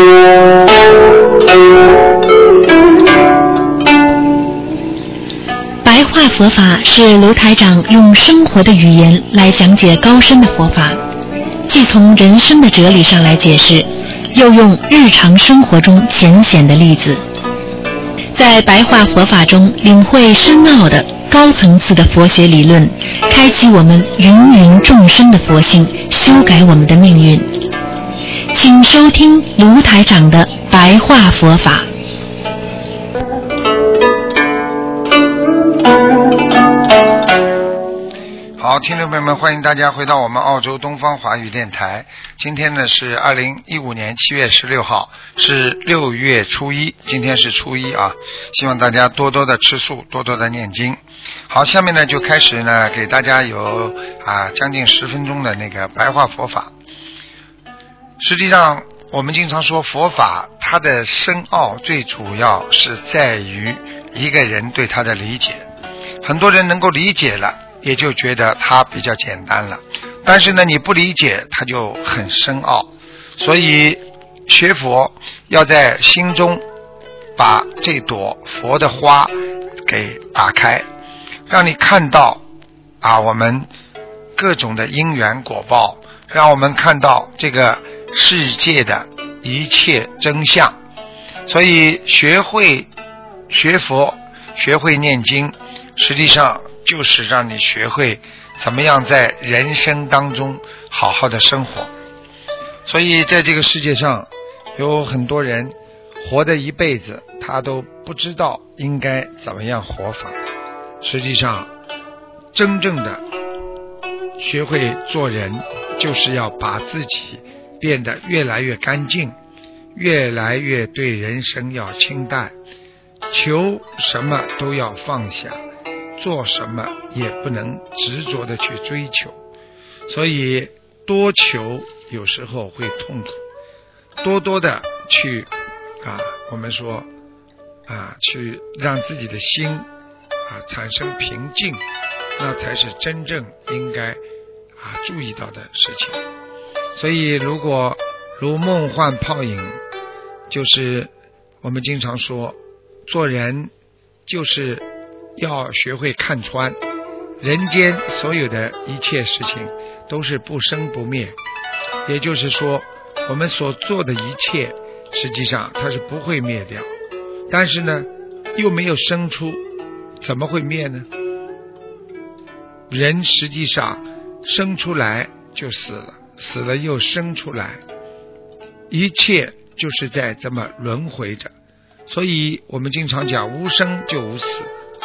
白话佛法是卢台长用生活的语言来讲解高深的佛法，既从人生的哲理上来解释，又用日常生活中浅显的例子，在白话佛法中领会深奥的高层次的佛学理论，开启我们芸芸众生的佛性，修改我们的命运。请收听卢台长的白话佛法。 好，听众朋友们，欢迎大家回到我们澳洲东方华语电台。今天呢是2015年7月16号，是6月初一，今天是初一啊，希望大家多多的吃素，多多的念经。好，下面呢就开始呢给大家有将近10分钟的那个白话佛法。实际上我们经常说佛法它的深奥最主要是在于一个人对它的理解，很多人能够理解了也就觉得它比较简单了，但是呢你不理解它就很深奥。所以学佛要在心中把这朵佛的花给打开，让你看到我们各种的因缘果报，让我们看到这个世界的一切真相。所以学佛学会念经，实际上就是让你学会怎么样在人生当中好好的生活。所以在这个世界上有很多人活的一辈子，他都不知道应该怎么样活法。实际上真正的学会做人，就是要把自己变得越来越干净，越来越对人生要清淡，求什么都要放下，做什么也不能执着的去追求。所以多求有时候会痛苦，多的去我们说去让自己的心产生平静，那才是真正应该注意到的事情。所以如果如梦幻泡影，就是我们经常说做人就是要学会看穿人间所有的一切事情都是不生不灭，也就是说我们所做的一切实际上它是不会灭掉，但是呢又没有生出，怎么会灭呢？人实际上生出来就死了，死了又生出来，一切就是在这么轮回着。所以我们经常讲无生就无死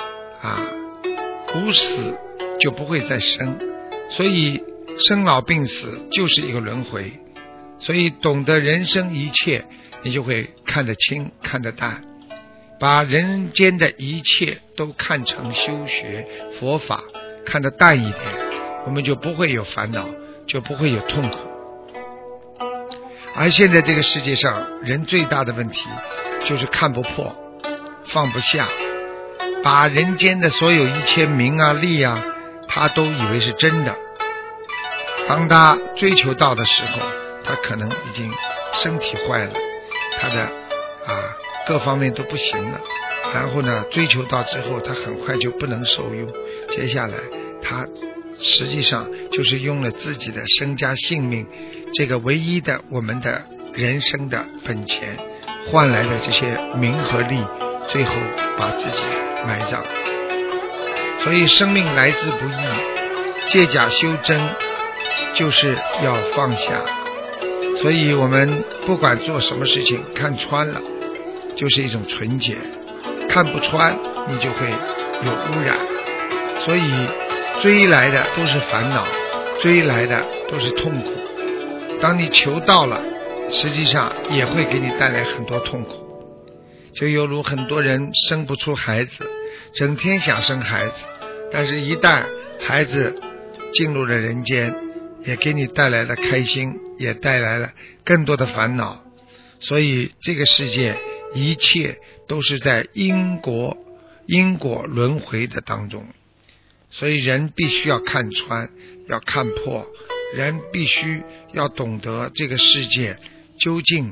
无死就不会再生，所以生老病死就是一个轮回。所以懂得人生一切，你就会看得清看得淡，把人间的一切都看成修学佛法，看得淡一点，我们就不会有烦恼，就不会有痛苦。而现在这个世界上人最大的问题就是看不破放不下，把人间的所有一切名利他都以为是真的，当他追求到的时候，他可能已经身体坏了，他的各方面都不行了，然后呢追求到之后他很快就不能受用，接下来他实际上就是用了自己的身家性命，这个唯一的我们的人生的本钱，换来的这些名和利，最后把自己埋葬。所以生命来之不易，借假修真就是要放下。所以我们不管做什么事情，看穿了就是一种纯洁，看不穿你就会有污染。所以追来的都是烦恼，追来的都是痛苦，当你求到了，实际上也会给你带来很多痛苦。就犹如很多人生不出孩子，整天想生孩子，但是一旦孩子进入了人间，也给你带来了开心，也带来了更多的烦恼。所以这个世界一切都是在因果轮回的当中，所以人必须要看穿，要看破，人必须要懂得这个世界究竟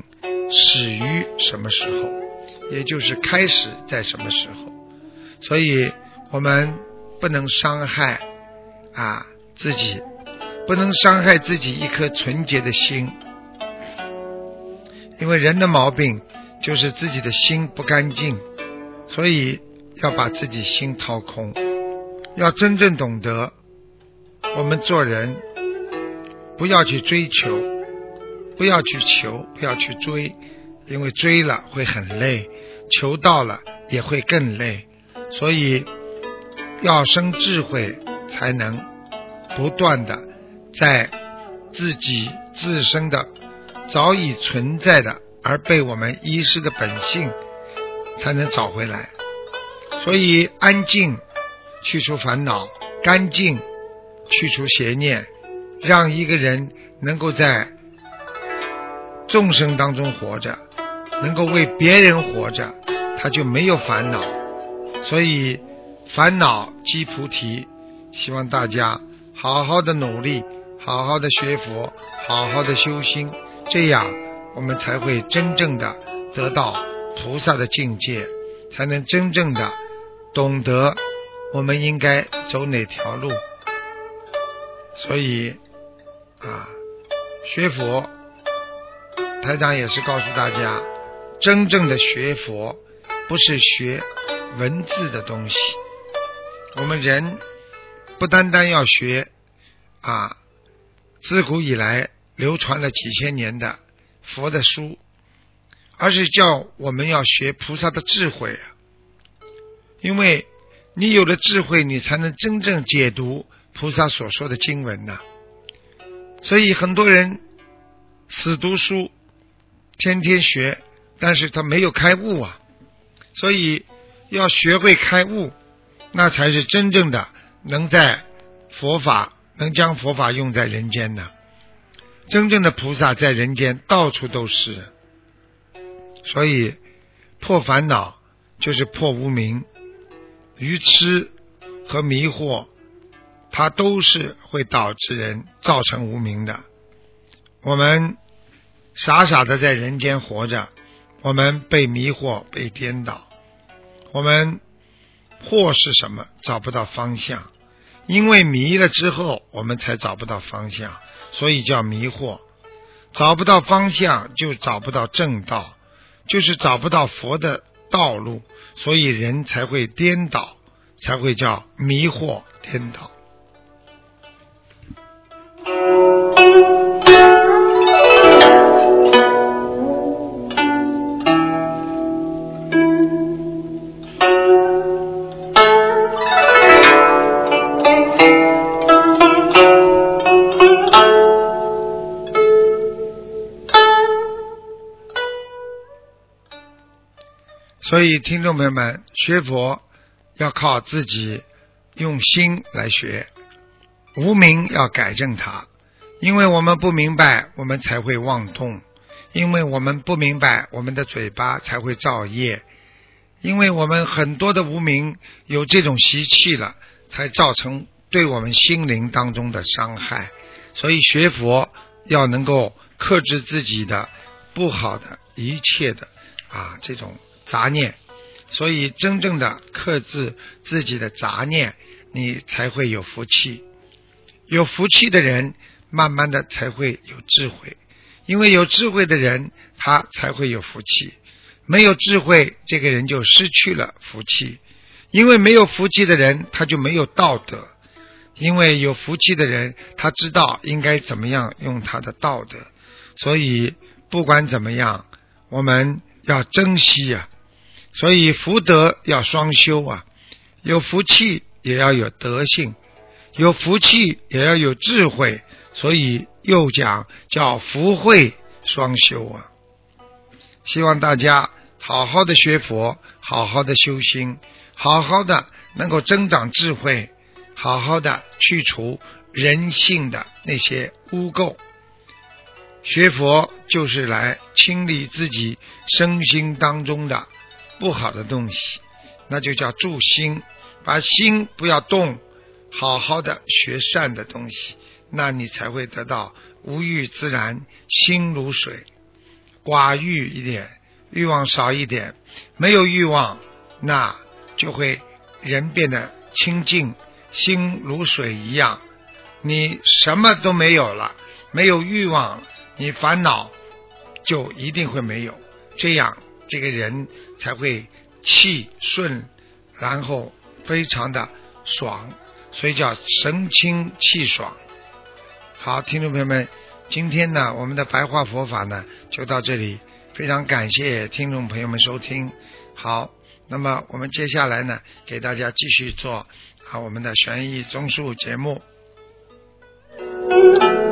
始于什么时候，也就是开始在什么时候。所以我们不能伤害自己，不能伤害自己一颗纯洁的心，因为人的毛病就是自己的心不干净，所以要把自己心掏空，要真正懂得我们做人不要去追求，不要去求，不要去追，因为追了会很累，求到了也会更累。所以要生智慧，才能不断的在自己自身的早已存在的而被我们遗失的本性才能找回来。所以安静去除烦恼，干净去除邪念，让一个人能够在众生当中活着，能够为别人活着，他就没有烦恼。所以烦恼即菩提，希望大家好好的努力，好好的学佛，好好的修心，这样我们才会真正的得到菩萨的境界，才能真正的懂得我们应该走哪条路。所以学佛，台长也是告诉大家，真正的学佛不是学文字的东西，我们人不单单要学自古以来流传了几千年的佛的书，而是叫我们要学菩萨的智慧因为你有了智慧，你才能真正解读菩萨所说的经文所以很多人死读书，天天学，但是他没有开悟所以要学会开悟，那才是真正的能在佛法，能将佛法用在人间的。真正的菩萨在人间到处都是。所以破烦恼就是破无明，愚痴和迷惑它都是会导致人造成无明的。我们傻傻的在人间活着，我们被迷惑，被颠倒，我们惑是什么？找不到方向，因为迷了之后我们才找不到方向，所以叫迷惑。找不到方向就找不到正道，就是找不到佛的道路，所以人才会颠倒，才会叫迷惑颠倒。所以听众朋友们，学佛要靠自己用心来学，无明要改正它，因为我们不明白，我们才会妄动，因为我们不明白，我们的嘴巴才会造业，因为我们很多的无明有这种习气了，才造成对我们心灵当中的伤害。所以学佛要能够克制自己的不好的一切的这种杂念，所以真正的克制自己的杂念，你才会有福气。有福气的人慢慢的才会有智慧，因为有智慧的人他才会有福气，没有智慧这个人就失去了福气，因为没有福气的人他就没有道德，因为有福气的人他知道应该怎么样用他的道德。所以不管怎么样我们要珍惜所以福德要双修有福气也要有德性，有福气也要有智慧，所以又讲叫福慧双修希望大家好好的学佛，好好的修心，好好的能够增长智慧，好好的去除人性的那些污垢。学佛就是来清理自己身心当中的不好的东西，那就叫助心，把心不要动，好好的学善的东西，那你才会得到无欲自然，心如水。 寡欲一点，欲望少一点，没有欲望，那就会人变得清净，心如水一样。你什么都没有了，没有欲望，你烦恼就一定会没有，这样这个人才会气顺，然后非常的爽，所以叫神清气爽。好，听众朋友们，今天呢我们的白话佛法呢就到这里，非常感谢听众朋友们收听。好，那么我们接下来呢给大家继续做我们的悬疑综述节目。